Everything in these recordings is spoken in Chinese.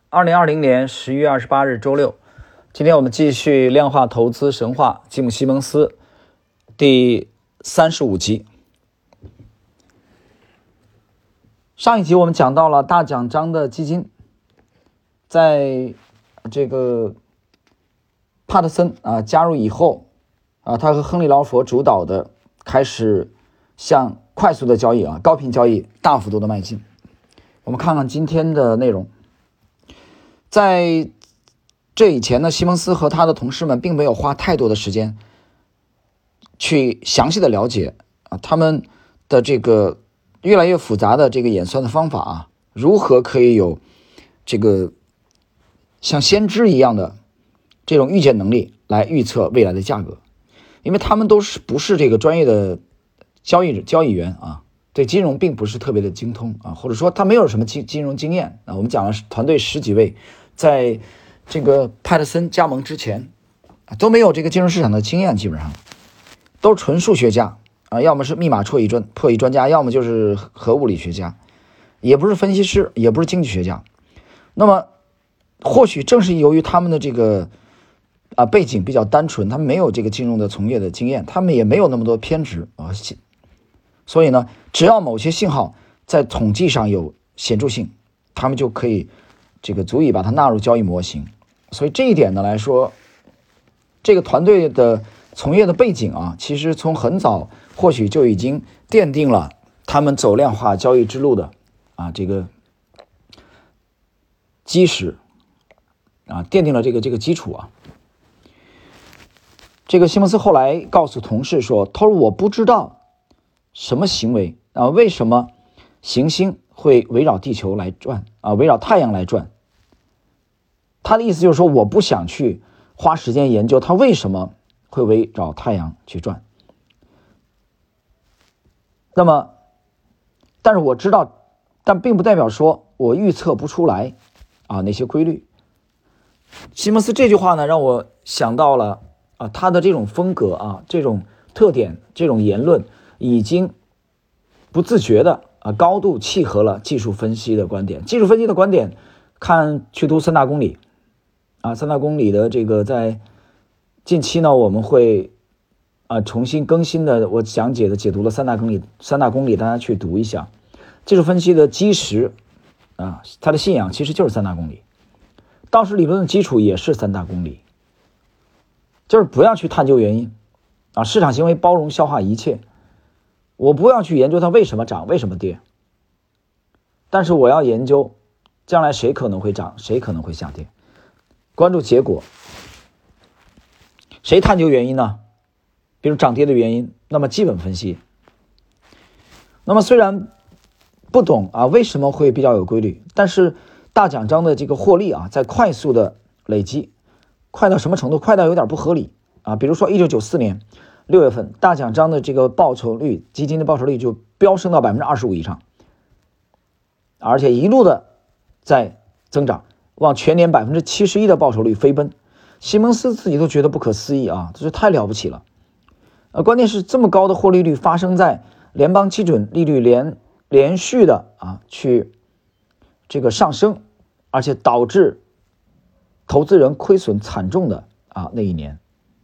2020年11月28日周六，今天我们继续量化投资神话吉姆·西蒙斯第35集。上一集我们讲到了大奖章的基金在这个帕特森加入以后他和亨利·劳佛主导的开始向快速的交易高频交易大幅度的迈进。我们看看今天的内容。在这以前呢，西蒙斯和他的同事们并没有花太多的时间去详细的了解他们的这个越来越复杂的这个演算的方法如何可以有这个像先知一样的这种预见能力来预测未来的价格，因为他们不是这个专业的交易员对金融并不是特别的精通或者说他没有什么金融经验我们讲了团队10几位，在这个派特森加盟之前都没有这个金融市场的经验，基本上都是纯数学家要么是密码破译专家，要么就是核物理学家，也不是分析师，也不是经济学家。那么或许正是由于他们的这个背景比较单纯，他们没有这个金融的从业的经验，他们也没有那么多偏执所以呢，只要某些信号在统计上有显著性，他们就可以这个足以把它纳入交易模型。所以这一点呢来说，这个团队的从业的背景其实从很早或许就已经奠定了他们走量化交易之路的这个基石奠定了这个基础这个西蒙斯后来告诉同事说，他说我不知道什么行为为什么行星会围绕地球来转围绕太阳来转。他的意思就是说，我不想去花时间研究它为什么会围绕太阳去转。那么但是我知道，但并不代表说我预测不出来那些规律。西蒙斯这句话呢，让我想到了他的这种风格这种特点，这种言论已经不自觉的高度契合了技术分析的观点。技术分析的观点，去读三大公理三大公理的这个在近期呢，我们会重新更新的，我解读了三大公理，大家去读一下。技术分析的基石他的信仰其实就是三大公理，道氏理论的基础也是三大公理，就是不要去探究原因市场行为包容消化一切，我不要去研究它为什么涨为什么跌，但是我要研究将来谁可能会涨谁可能会下跌，关注结果。谁探究原因呢？比如涨跌的原因，那么基本分析。那么虽然不懂为什么会比较有规律，但是大奖章的这个获利在快速的累积，快到什么程度？快到有点不合理比如说1994年6月份，大奖章的这个报酬率，基金的报酬率就飙升到 25% 以上，而且一路的在增长，往全年 71% 的报酬率飞奔。西蒙斯自己都觉得不可思议这是太了不起了。关键是这么高的获利率发生在联邦基准利率连续的去这个上升，而且导致投资人亏损惨重的那一年。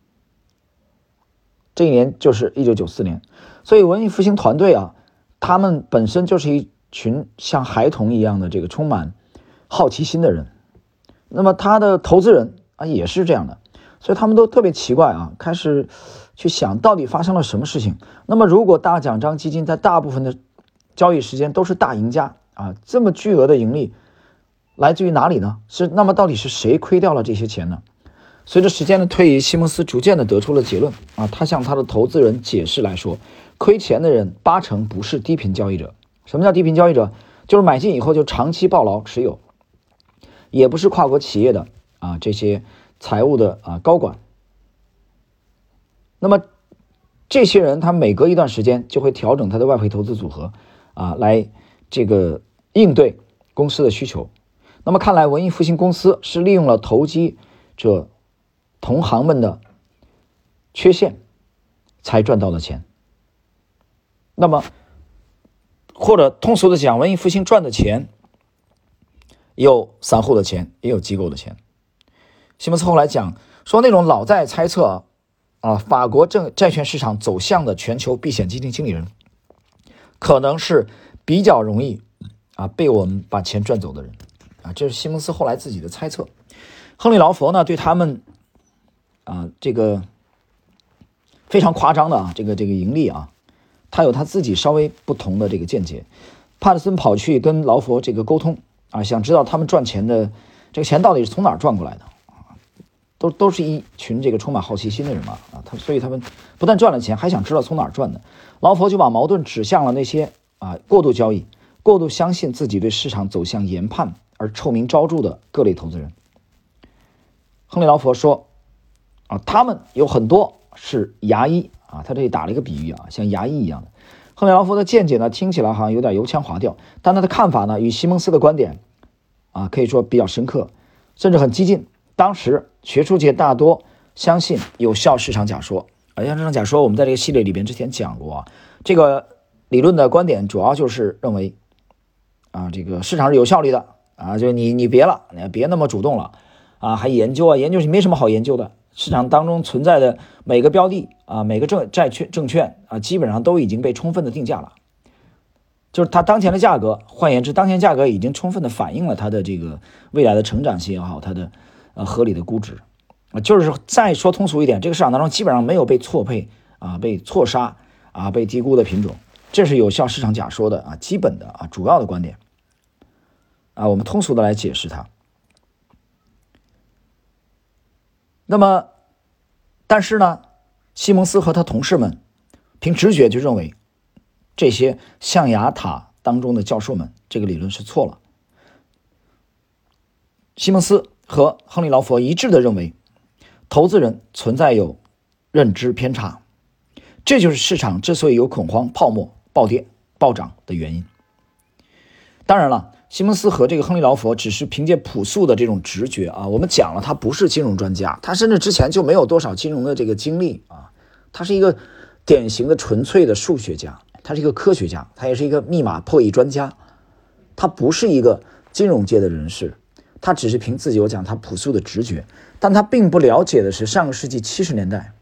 这一年就是1994年。所以文艺复兴团队他们本身就是一群像孩童一样的这个充满好奇心的人。那么他的投资人也是这样的，所以他们都特别奇怪开始去想到底发生了什么事情。那么如果大奖章基金在大部分的交易时间都是大赢家这么巨额的盈利来自于哪里呢？那么到底是谁亏掉了这些钱呢？随着时间的推移，西蒙斯逐渐的得出了结论他向他的投资人解释来说，亏钱的人80%不是低频交易者。什么叫低频交易者？就是买进以后就长期抱牢持有，也不是跨国企业的这些财务的高管。那么这些人他每隔一段时间就会调整他的外汇投资组合来这个应对公司的需求。那么看来文艺复兴公司是利用了投机者同行们的缺陷才赚到了钱。那么或者通俗的讲，文艺复兴赚的钱有散户的钱，也有机构的钱。西蒙斯后来讲说，那种老在猜测法国债券市场走向的全球避险基金经理人，可能是比较容易被我们把钱赚走的人这是西蒙斯后来自己的猜测。亨利劳佛呢，对他们这个非常夸张的这个盈利他有他自己稍微不同的这个见解。帕特森跑去跟劳佛这个沟通想知道他们赚钱的这个钱到底是从哪儿赚过来的都是一群这个充满好奇心的人嘛所以他们不但赚了钱，还想知道从哪儿赚的。劳佛就把矛盾指向了那些过度交易、过度相信自己对市场走向研判而臭名昭著的各类投资人。亨利劳佛说他们有很多是牙医他这里打了一个比喻像牙医一样的。亨利劳佛的见解呢，听起来好像有点油腔滑调，但他的看法呢，与西蒙斯的观点可以说比较深刻，甚至很激进。当时学术界大多相信有效市场假说，像市场假说我们在这个系列里边之前讲过这个理论的观点主要就是认为这个市场是有效率的就你别那么主动了还研究是没什么好研究的。市场当中存在的每个标的每个证券基本上都已经被充分的定价了，就是它当前的价格，换言之，当前价格已经充分的反映了它的这个未来的成长性也好，它的合理的估值就是再说通俗一点，这个市场当中基本上没有被错配被错杀被低估的品种，这是有效市场假说的基本的主要的观点我们通俗的来解释它。那么但是呢，西蒙斯和他同事们凭直觉就认为这些象牙塔当中的教授们这个理论是错了。西蒙斯和亨利劳佛一致的认为投资人存在有认知偏差，这就是市场之所以有恐慌、泡沫、暴跌、暴涨的原因。当然了，西蒙斯和这个亨利劳佛只是凭借朴素的这种直觉我们讲了，他不是金融专家，他甚至之前就没有多少金融的这个经历他是一个典型的纯粹的数学家，他是一个科学家，他也是一个密码破译专家，他不是一个金融界的人士，他只是凭自己我讲他朴素的直觉，但他并不了解的是上个世纪70年代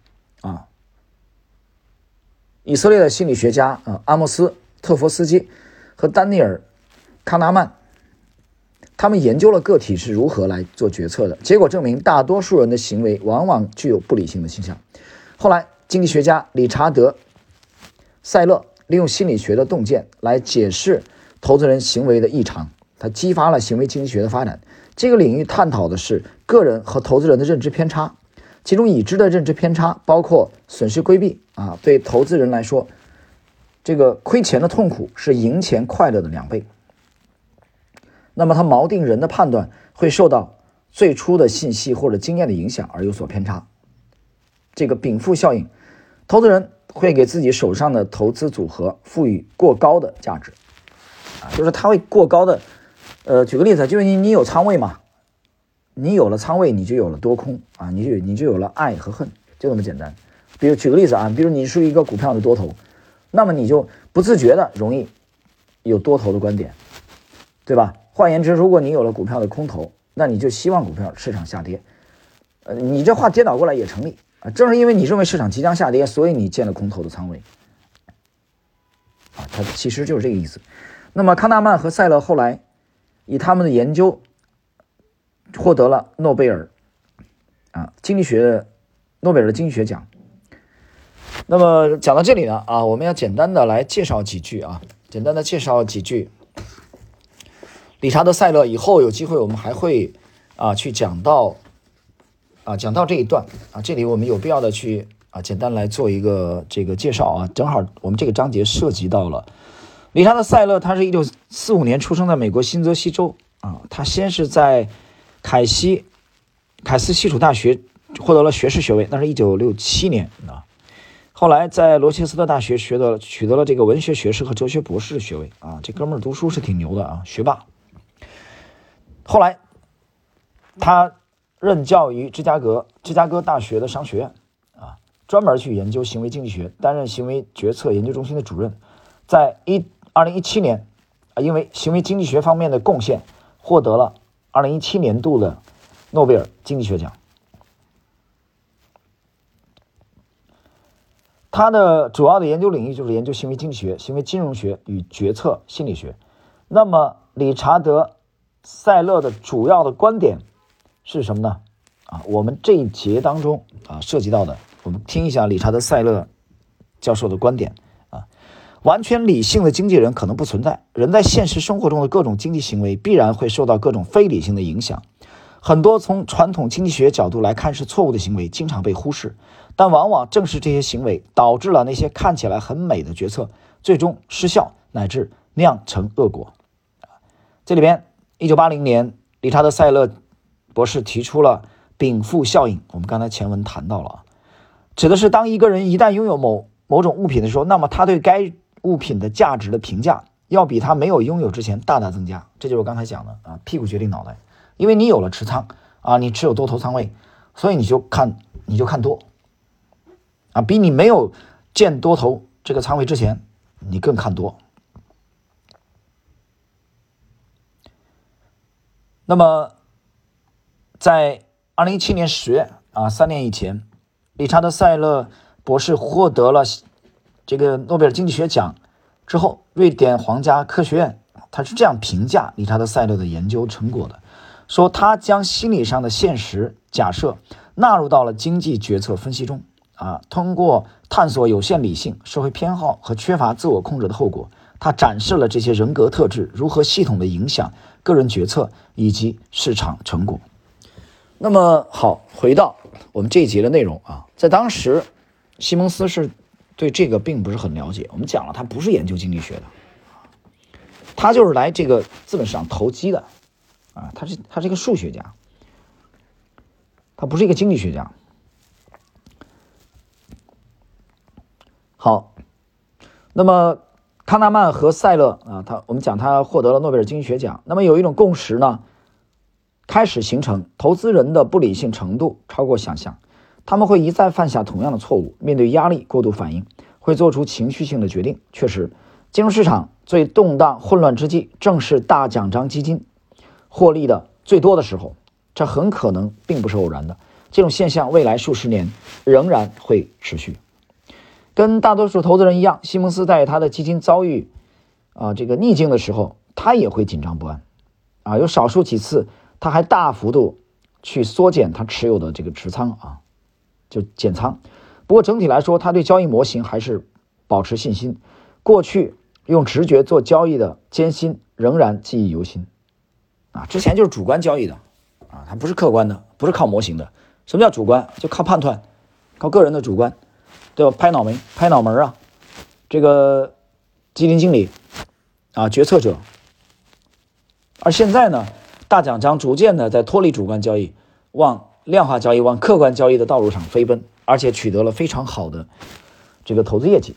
以色列的心理学家阿莫斯·特佛斯基和丹尼尔·康纳曼，他们研究了个体是如何来做决策的，结果证明大多数人的行为往往具有不理性的倾向。后来经济学家理查德·塞勒利用心理学的洞见来解释投资人行为的异常，他激发了行为经济学的发展。这个领域探讨的是个人和投资人的认知偏差，其中已知的认知偏差包括损失规避对投资人来说，这个亏钱的痛苦是赢钱快乐的2倍。那么他锚定人的判断会受到最初的信息或者经验的影响而有所偏差。这个禀赋效应，投资人会给自己手上的投资组合赋予过高的价值就是他会过高的举个例子，就是你有仓位嘛，你有了仓位你就有了多空你就有了爱和恨，就这么简单。比如举个例子比如你是一个股票的多头，那么你就不自觉的容易有多头的观点，对吧？换言之，如果你有了股票的空头，那你就希望股票市场下跌你这话颠倒过来也成立正是因为你认为市场即将下跌，所以你建了空头的仓位它其实就是这个意思。那么康纳曼和塞勒后来以他们的研究获得了诺贝尔经济学诺贝尔的经济学奖。那么讲到这里呢我们要简单的来介绍几句理查德·塞勒，以后有机会我们还会去讲到这一段这里我们有必要的去简单来做一个这个介绍正好我们这个章节涉及到了理查德·塞勒，他是1945年出生在美国新泽西州他先是在凯斯基础大学获得了学士学位，那是1967年后来在罗切斯特大学取得了这个文学学士和哲学博士学位这哥们儿读书是挺牛的学霸。后来他任教于芝加哥大学的商学院专门去研究行为经济学，担任行为决策研究中心的主任。在2017年因为行为经济学方面的贡献获得了 2017年度的诺贝尔经济学奖。他的主要的研究领域就是研究行为经济学、行为金融学与决策心理学。那么理查德·塞勒的主要的观点是什么呢？我们这一节当中涉及到的，我们听一下理查德·塞勒教授的观点。完全理性的经纪人可能不存在，人在现实生活中的各种经济行为必然会受到各种非理性的影响。很多从传统经济学角度来看是错误的行为经常被忽视，但往往正是这些行为导致了那些看起来很美的决策最终失效乃至酿成恶果。这里边1980年理查德·塞勒博士提出了禀赋效应，我们刚才前文谈到了，指的是当一个人一旦拥有某种物品的时候，那么他对该物品的价值的评价要比他没有拥有之前大大增加。这就是我刚才讲的屁股决定脑袋。因为你有了持仓你持有多头仓位，所以你就看多比你没有建多头这个仓位之前你更看多。那么在2017年10月3年以前，理查德·塞勒博士获得了这个诺贝尔经济学奖之后，瑞典皇家科学院他是这样评价理查德·塞勒的研究成果的，说他将心理上的现实假设纳入到了经济决策分析中通过探索有限理性、社会偏好和缺乏自我控制的后果，他展示了这些人格特质如何系统的影响个人决策以及市场成果。那么好，回到我们这一节的内容在当时西蒙斯是对这个并不是很了解。我们讲了，他不是研究经济学的，他就是来这个资本市场投机的他是一个数学家，他不是一个经济学家。好，那么康纳曼和塞勒我们讲他获得了诺贝尔经济学奖。那么有一种共识呢，开始形成，投资人的不理性程度超过想象，他们会一再犯下同样的错误，面对压力过度反应，会做出情绪性的决定。确实，金融市场最动荡混乱之际，正是大奖章基金获利的最多的时候，这很可能并不是偶然的。这种现象未来数十年仍然会持续。跟大多数投资人一样，西蒙斯在他的基金遭遇这个逆境的时候，他也会紧张不安有少数几次他还大幅度去缩减他持有的这个持仓就减仓。不过整体来说，他对交易模型还是保持信心，过去用直觉做交易的艰辛仍然记忆犹新之前就是主观交易的它不是客观的，不是靠模型的。什么叫主观？就靠判断，靠个人的主观，对吧？拍脑门这个基金经理决策者。而现在呢，大奖章逐渐的在脱离主观交易，往量化交易、往客观交易的道路上飞奔，而且取得了非常好的这个投资业绩。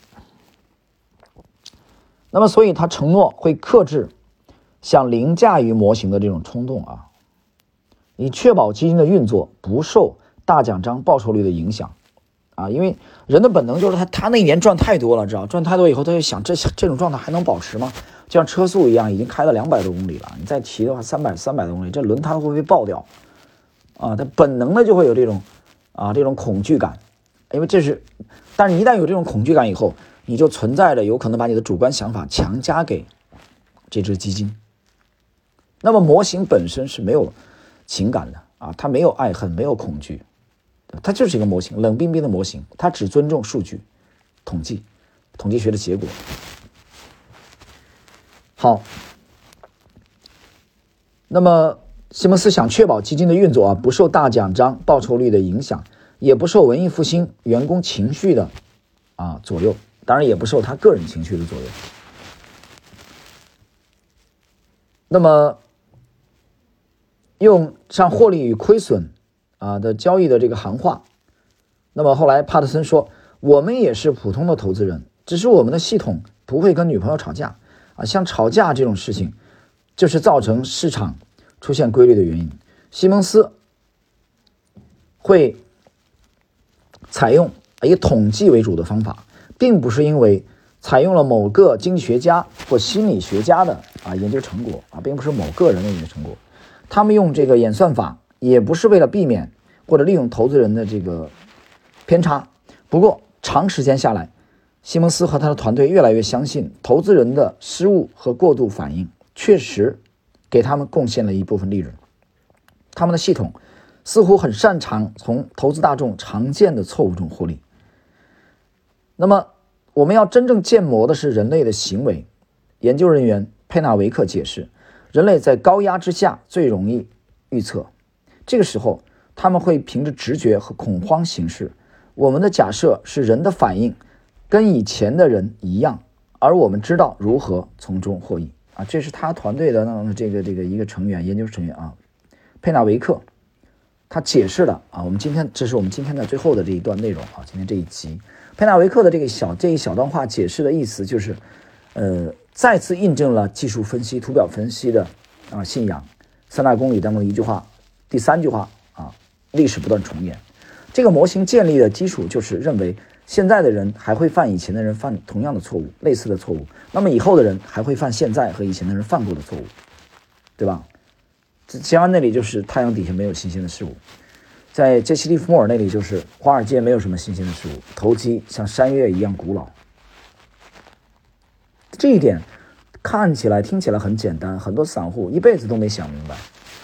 那么所以他承诺会克制想凌驾于模型的这种冲动以确保基金的运作不受大奖章报酬率的影响因为人的本能就是他那一年赚太多了，知道赚太多以后，他就想这种状态还能保持吗？就像车速一样，已经开了200多公里了，你再骑的话300多公里，这轮胎会不会爆掉他本能的就会有这种恐惧感，因为但是一旦有这种恐惧感以后，你就存在着有可能把你的主观想法强加给这只基金。那么模型本身是没有情感的它没有爱恨，没有恐惧，它就是一个模型，冷冰冰的模型，它只尊重数据、统计学的结果。好，那么西蒙斯想确保基金的运作不受大奖章报酬率的影响，也不受文艺复兴员工情绪的左右，当然也不受他个人情绪的左右。那么用上获利与亏损的交易的这个行话，那么后来帕特森说，我们也是普通的投资人，只是我们的系统不会跟女朋友吵架像吵架这种事情就是造成市场出现规律的原因。西蒙斯会采用以统计为主的方法，并不是因为采用了某个经济学家或心理学家的研究成果并不是某个人的研究成果。 他们用这个演算法也不是为了避免或者利用投资人的这个偏差。不过长时间下来，西蒙斯和他的团队越来越相信投资人的失误和过度反应确实给他们贡献了一部分利润。他们的系统似乎很擅长从投资大众常见的错误中获利。那么我们要真正建模的是人类的行为。研究人员佩纳维克解释，人类在高压之下最容易预测，这个时候他们会凭着直觉和恐慌行事。我们的假设是人的反应跟以前的人一样，而我们知道如何从中获益啊。这是他团队的这个一个成员，研究成员啊，佩纳维克，他解释了啊。这是我们今天的最后的这一段内容啊，今天这一集，佩纳维克的这一小段话解释的意思就是，再次印证了技术分析、图表分析的信仰。三大公理当中的一句话，第3句话啊，历史不断重演。这个模型建立的基础就是认为现在的人还会犯以前的人犯同样的错误，类似的错误，那么以后的人还会犯现在和以前的人犯过的错误，对吧？吉安那里就是太阳底下没有新鲜的事物，在杰西·利弗莫尔那里就是华尔街没有什么新鲜的事物，投机像山岳一样古老。这一点看起来听起来很简单，很多散户一辈子都没想明白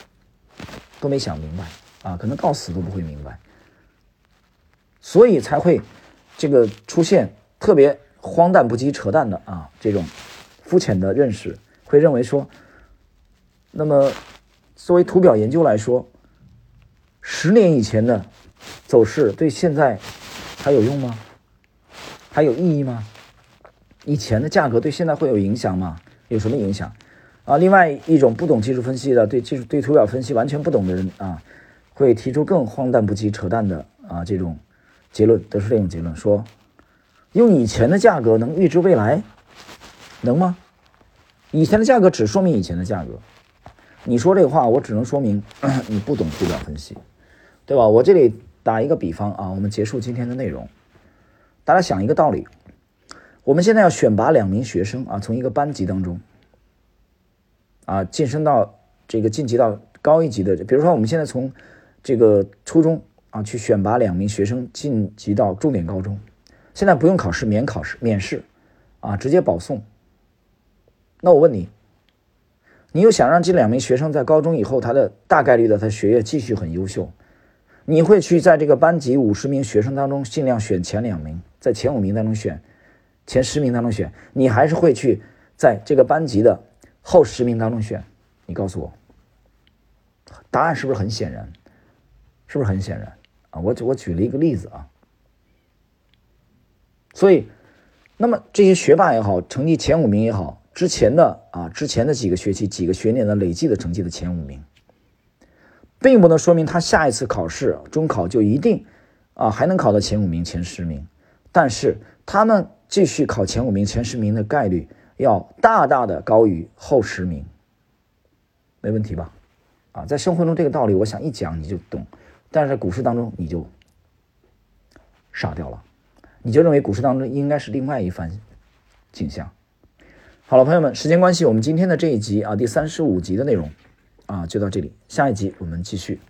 啊，可能到死都不会明白，所以才会这个出现特别荒诞不羁扯淡的这种肤浅的认识，会认为说，那么作为图表研究来说，10年以前的走势对现在还有用吗？还有意义吗？以前的价格对现在会有影响吗？有什么影响啊？另外一种不懂技术分析的，对图表分析完全不懂的人啊，会提出更荒诞不羁扯淡的这种结论，得出这种结论，说用以前的价格能预知未来，能吗？以前的价格只说明以前的价格，你说这个话我只能说明你不懂图表分析，对吧？我这里打一个比方我们结束今天的内容。大家想一个道理，我们现在要选拔2名学生从一个班级当中晋升到晋级到高一级的，比如说我们现在从这个初中去选拔2名学生晋级到重点高中，现在不用考试，免试直接保送。那我问你，你又想让这2名学生在高中以后他的大概率的他学业继续很优秀，你会去在这个班级50名学生当中尽量选前2名，在前5名当中选，前10名当中选，你还是会去在这个班级的后10名当中选？你告诉我，答案是不是很显然？是不是很显然我举了一个例子所以那么这些学霸也好，成绩前5名也好，之前的几个学期几个学年的累计的成绩的前5名，并不能说明他下一次考试中考就一定还能考到前5名前10名，但是他们继续考前5名前10名的概率要大大的高于后10名，没问题吧？在生活中这个道理我想一讲你就懂，但是在股市当中你就傻掉了，你就认为股市当中应该是另外一番景象。好了，朋友们，时间关系，我们今天的这一集第35集的内容就到这里，下一集我们继续。